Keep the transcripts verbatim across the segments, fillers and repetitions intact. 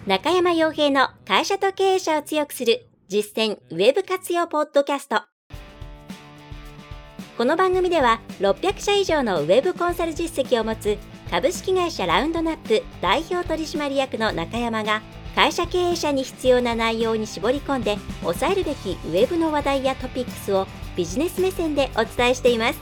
中山洋平の会社と経営者を強くする実践ウェブ活用ポッドキャスト。この番組ではろっぴゃくしゃ以上のウェブコンサル実績を持つ株式会社ラウンドナップ代表取締役の中山が、会社経営者に必要な内容に絞り込んで押さえるべきウェブの話題やトピックスをビジネス目線でお伝えしています。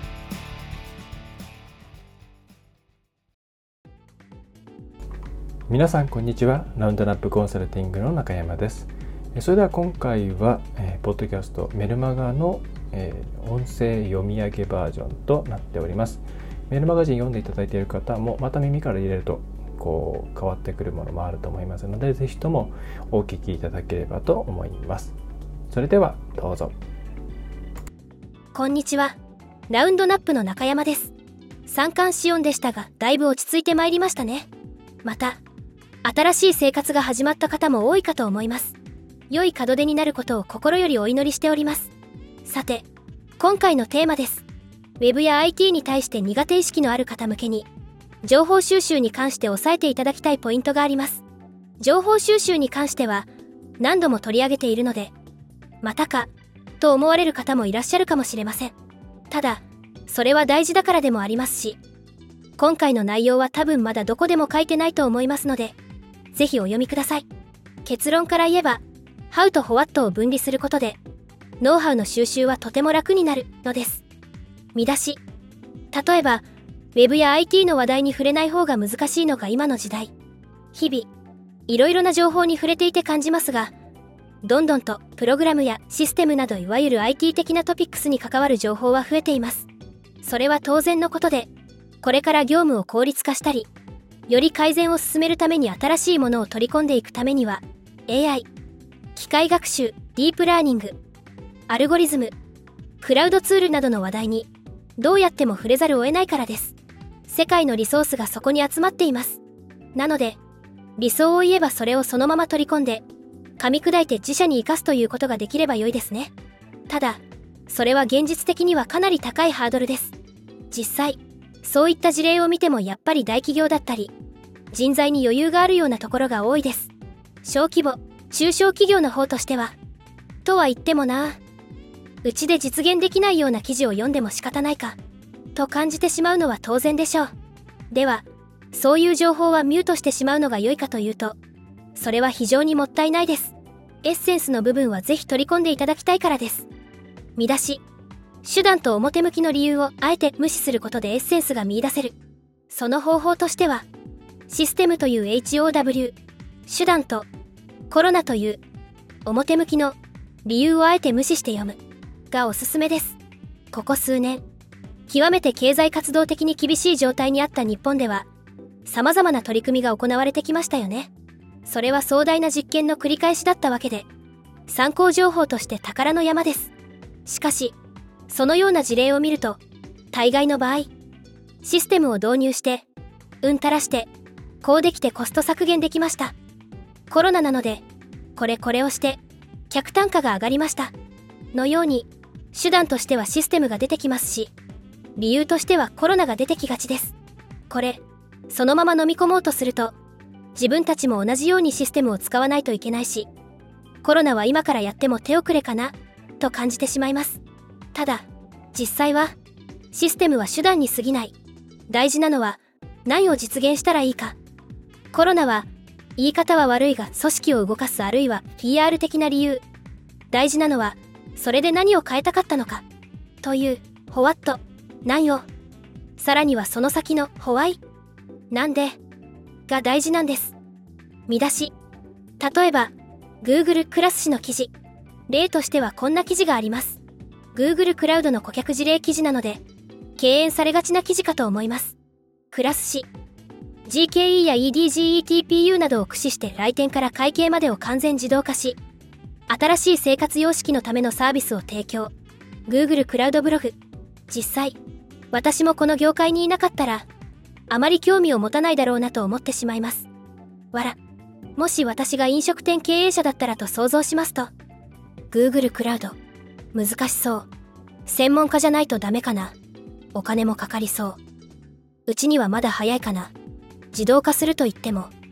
皆さんこんにちは。ラウンドナップコンサルティングの中山です。それでは今回は、えー、ポッドキャストメルマガの、えー、音声読み上げバージョンとなっております。メルマガジン読んでいただいている方もまた耳から入れるとこう変わってくるものもあると思いますので、ぜひともお聞きいただければと思います。それではどうぞ。 こんにちは。ラウンドナップの中山です。三寒四温でしたが、だいぶ落ち着いてまいりましたね。また新しい生活が始まった方も多いかと思います。良い門出になることを心よりお祈りしております。さて、今回のテーマです。ウェブや アイティー に対して苦手意識のある方向けに、情報収集に関して押さえていただきたいポイントがあります。情報収集に関しては何度も取り上げているので、またかと思われる方もいらっしゃるかもしれません。ただ、それは大事だからでもありますし、今回の内容は多分まだどこでも書いてないと思いますので、ぜひお読みください。結論から言えば、How と What を分離することで、ノウハウの収集はとても楽になるのです。見出し。例えば、ウェブや アイティー の話題に触れない方が難しいのが今の時代。日々、いろいろな情報に触れていて感じますが、どんどんとプログラムやシステムなどいわゆる アイティー 的なトピックスに関わる情報は増えています。それは当然のことで、これから業務を効率化したり、より改善を進めるために新しいものを取り込んでいくためには、エーアイ、機械学習、ディープラーニング、アルゴリズム、クラウドツールなどの話題に、どうやっても触れざるを得ないからです。世界のリソースがそこに集まっています。なので、理想を言えばそれをそのまま取り込んで、噛み砕いて自社に生かすということができれば良いですね。ただ、それは現実的にはかなり高いハードルです。実際、そういった事例を見てもやっぱり大企業だったり、人材に余裕があるようなところが多いです。小規模、中小企業の方としては、とは言ってもなあ、うちで実現できないような記事を読んでも仕方ないか、と感じてしまうのは当然でしょう。では、そういう情報はミュートしてしまうのが良いかというと、それは非常にもったいないです。エッセンスの部分はぜひ取り込んでいただきたいからです。見出し。手段と表向きの理由をあえて無視することでエッセンスが見出せる。その方法としては、システムという エイチオーダブリュー、手段とコロナという表向きの理由をあえて無視して読むがおすすめです。ここ数年、極めて経済活動的に厳しい状態にあった日本では、様々な取り組みが行われてきましたよね。それは壮大な実験の繰り返しだったわけで、参考情報として宝の山です。しかし、そのような事例を見ると、大概の場合、システムを導入して、うんたらして、こうできてコスト削減できました。コロナなので、これこれをして、客単価が上がりました。のように、手段としてはシステムが出てきますし、理由としてはコロナが出てきがちです。これ、そのまま飲み込もうとすると、自分たちも同じようにシステムを使わないといけないし、コロナは今からやっても手遅れかな、と感じてしまいます。ただ、実際は、システムは手段に過ぎない。大事なのは、何を実現したらいいか。コロナは、言い方は悪いが組織を動かすあるいは ピーアール 的な理由。大事なのは、それで何を変えたかったのか。という、ホワット、何を。さらにはその先の、ホワイ、なんで、が大事なんです。見出し。例えば、Google クラス誌の記事。例としてはこんな記事があります。Google クラウドの顧客事例記事なので、敬遠されがちな記事かと思います。クラス誌。ジーケーイー や イーディージーイーティーピーユー などを駆使して来店から会計までを完全自動化し、新しい生活様式のためのサービスを提供。Google クラウドブログ。実際、私もこの業界にいなかったら、あまり興味を持たないだろうなと思ってしまいます。わら。もし私が飲食店経営者だったらと想像しますと、Google クラウド。難しそう。専門家じゃないとダメかな。お金もかかりそう。うちにはまだ早いかな。自動化すると言っても、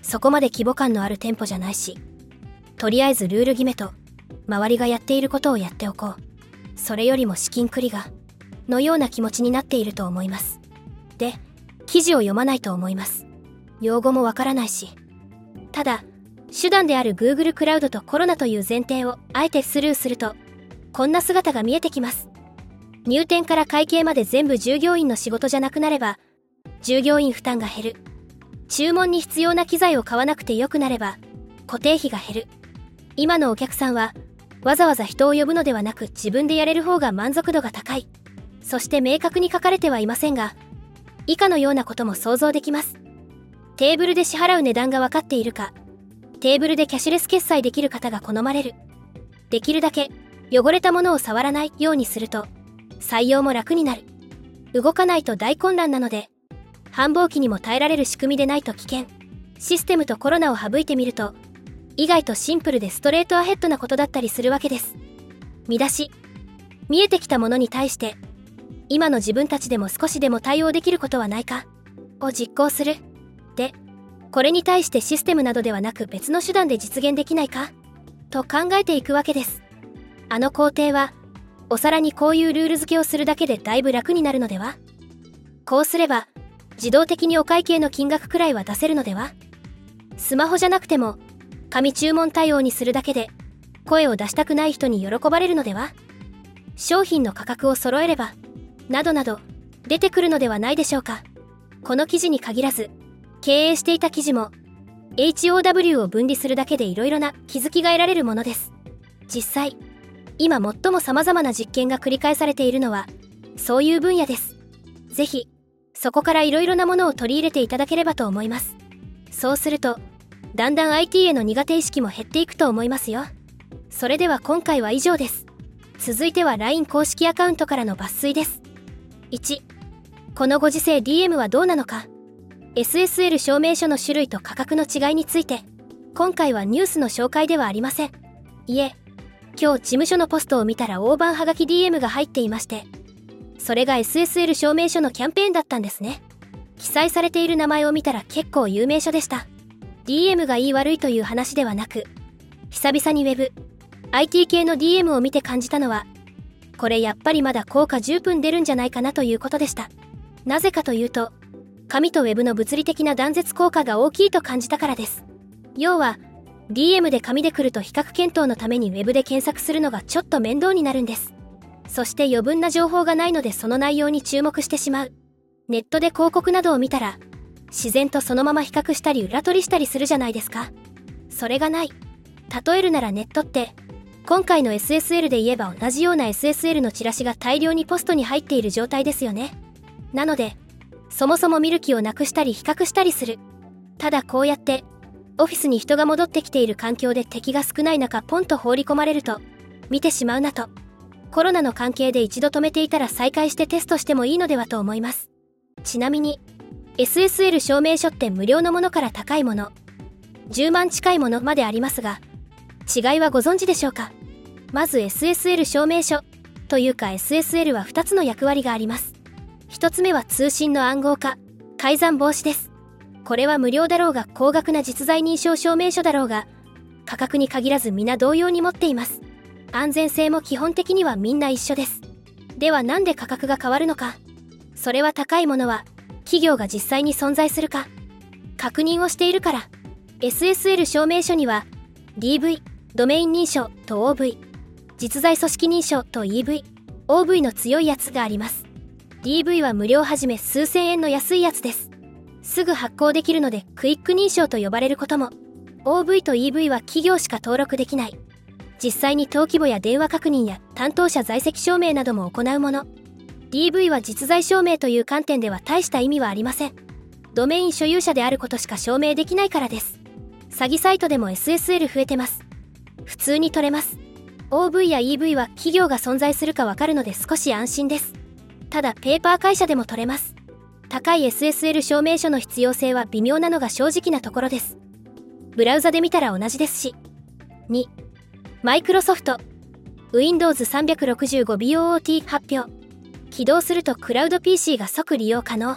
そこまで規模感のある店舗じゃないし、とりあえずルール決めと周りがやっていることをやっておこう。それよりも資金繰りがのような気持ちになっていると思います。で、記事を読まないと思います。用語もわからないし。ただ、手段である Google クラウドとコロナという前提をあえてスルーすると、こんな姿が見えてきます。入店から会計まで全部従業員の仕事じゃなくなれば、従業員負担が減る。注文に必要な機材を買わなくてよくなれば、固定費が減る。今のお客さんは、わざわざ人を呼ぶのではなく自分でやれる方が満足度が高い。そして明確に書かれてはいませんが、以下のようなことも想像できます。テーブルで支払う値段が分かっているか、テーブルでキャッシュレス決済できる方が好まれる。できるだけ汚れたものを触らないようにすると、採用も楽になる。動かないと大混乱なので、繁忙期にも耐えられる仕組みでないと危険。システムとコロナを省いてみると、意外とシンプルでストレートアヘッドなことだったりするわけです。見出し。見えてきたものに対して、今の自分たちでも少しでも対応できることはないかを実行する。で、これに対してシステムなどではなく別の手段で実現できないかと考えていくわけです。あの工程は、お皿にこういうルール付けをするだけでだいぶ楽になるのでは？こうすれば、自動的にお会計の金額くらいは出せるのでは？スマホじゃなくても、紙注文対応にするだけで、声を出したくない人に喜ばれるのでは？商品の価格を揃えれば、などなど、出てくるのではないでしょうか。この記事に限らず、経営していた記事も、エイチオーダブリュー を分離するだけでいろいろな気づきが得られるものです。実際、今最も様々な実験が繰り返されているのは、そういう分野です。ぜひ、そこからいろいろなものを取り入れていただければと思います。そうすると、だんだん アイティー への苦手意識も減っていくと思いますよ。それでは今回は以上です。続いては ライン 公式アカウントからの抜粋です。いち、このご時世 ディーエム はどうなのか。エスエスエル 証明書の種類と価格の違いについて、今回はニュースの紹介ではありません。いえ、今日事務所のポストを見たら大判はがき ディーエム が入っていまして、それが エスエスエル 証明書のキャンペーンだったんですね。記載されている名前を見たら結構有名書でした。ディーエム がいい悪いという話ではなく、久々に Web、アイティー 系の ディーエム を見て感じたのは、これやっぱりまだ効果十分出るんじゃないかなということでした。なぜかというと、紙と Web の物理的な断絶効果が大きいと感じたからです。要は、ディーエム で紙で来ると比較検討のために Web で検索するのがちょっと面倒になるんです。そして余分な情報がないのでその内容に注目してしまう。ネットで広告などを見たら、自然とそのまま比較したり裏取りしたりするじゃないですか。それがない。例えるならネットって、今回の エスエスエル で言えば同じような エスエスエル のチラシが大量にポストに入っている状態ですよね。なので、そもそも見る気をなくしたり比較したりする。ただこうやって、オフィスに人が戻ってきている環境で敵が少ない中ポンと放り込まれると、見てしまうなと。コロナの関係で一度止めていたら再開してテストしてもいいのではと思います。ちなみに、エスエスエル 証明書って無料のものから高いもの、じゅうまん近いものまでありますが、違いはご存知でしょうか。まず エスエスエル 証明書というか エスエスエル はふたつの役割があります。ひとつめは通信の暗号化、改ざん防止です。これは無料だろうが高額な実在認証証明書だろうが、価格に限らず皆同様に持っています。安全性も基本的にはみんな一緒です。ではなんで価格が変わるのか。それは高いものは企業が実際に存在するか確認をしているから。 エスエスエル 証明書には ディーブイ ドメイン認証と オーブイ 実在組織認証と イーブイ オーブイ の強いやつがあります。 ディーブイ は無料はじめ数千円の安いやつです。すぐ発行できるのでクイック認証と呼ばれることも。 オーブイ と イーブイ は企業しか登録できない。実際に登記簿や電話確認や担当者在籍証明なども行うもの。 ディーブイ は実在証明という観点では大した意味はありません。ドメイン所有者であることしか証明できないからです。詐欺サイトでも エスエスエル 増えてます。普通に取れます。 オーブイ や イーブイ は企業が存在するかわかるので少し安心です。ただペーパー会社でも取れます。高い エスエスエル 証明書の必要性は微妙なのが正直なところです。ブラウザで見たら同じですし。に、マイクロソフト ウィンドウズさんびゃくろくじゅうご ビーオーオーティー 発表。起動するとクラウド ピーシー が即利用可能。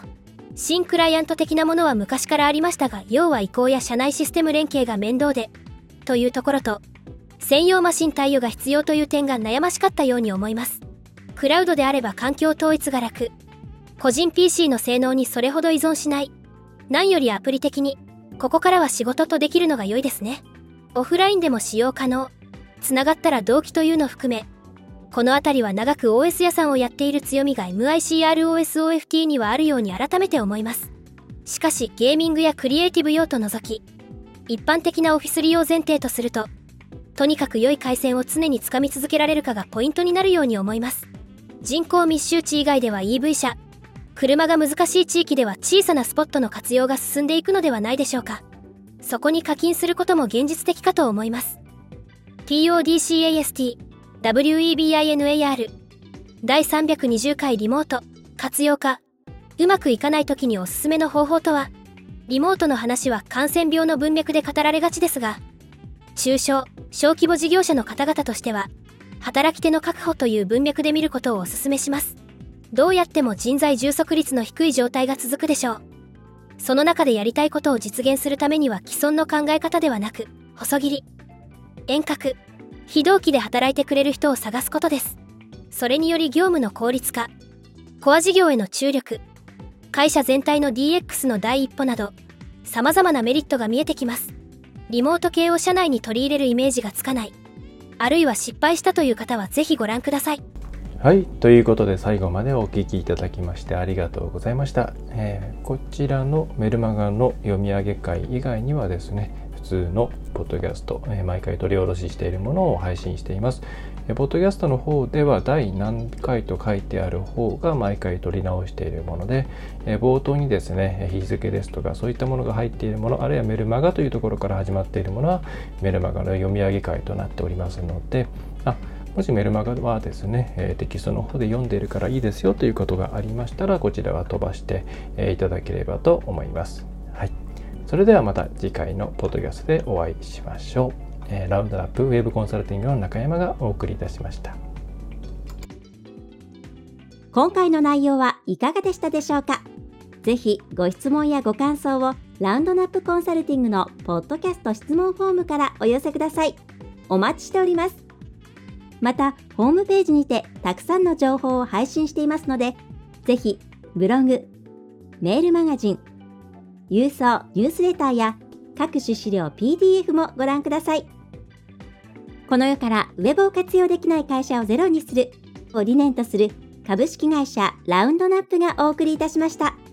新クライアント的なものは昔からありましたが、要は移行や社内システム連携が面倒でというところと、専用マシン貸与が必要という点が悩ましかったように思います。クラウドであれば環境統一が楽、個人 ピーシー の性能にそれほど依存しない、何よりアプリ的にここからは仕事とできるのが良いですね。オフラインでも使用可能、つながったら同期というのを含め、このあたりは長く オーエス 屋さんをやっている強みが エムアイシーアールオーエスオーエフティー にはあるように改めて思います。しかしゲーミングやクリエイティブ用と除き、一般的なオフィス利用前提とすると、とにかく良い回線を常につかみ続けられるかがポイントになるように思います。人口密集地以外では イーブイ 車、車が難しい地域では小さなスポットの活用が進んでいくのではないでしょうか。そこに課金することも現実的かと思います。ポッドキャスト ウェブ だいさんびゃくにじゅうかいリモート活用化。うまくいかない時におすすめの方法とは。リモートの話は感染病の文脈で語られがちですが、中小・小規模事業者の方々としては、働き手の確保という文脈で見ることをお勧めします。どうやっても人材充足率の低い状態が続くでしょう。その中でやりたいことを実現するためには既存の考え方ではなく、細切り、遠隔、非同期で働いてくれる人を探すことです。それにより業務の効率化、コア事業への注力、会社全体の ディーエックス の第一歩など、様々なメリットが見えてきます。リモート系を社内に取り入れるイメージがつかない、あるいは失敗したという方はぜひご覧ください。 はい、ということで最後までお聞きいただきましてありがとうございました。えー、こちらのメルマガの読み上げ会以外にはですね、普通のポッドキャスト、えー、毎回取り下ろししているものを配信しています。えー、ポッドキャストの方では第何回と書いてある方が毎回取り直しているもので、えー、冒頭にですね、日付ですとかそういったものが入っているもの、あるいはメルマガというところから始まっているものはメルマガの読み上げ会となっておりますので、あもしメルマガはですね、えー、テキストの方で読んでいるからいいですよということがありましたら、こちらは飛ばして、えー、いただければと思います。はい。それではまた次回のポッドキャストでお会いしましょう。えー、ラウンドナップウェブコンサルティングの中山がお送りいたしました。 今回の内容はいかがでしたでしょうか。ぜひご質問やご感想をラウンドナップコンサルティングのポッドキャスト質問フォームからお寄せください。お待ちしております。また、ホームページにてたくさんの情報を配信していますので、ぜひブログ、メールマガジン、郵送ニュースレターや各種資料 ピーディーエフ もご覧ください。この世からウェブを活用できない会社をゼロにするを理念とする株式会社ラウンドナップがお送りいたしました。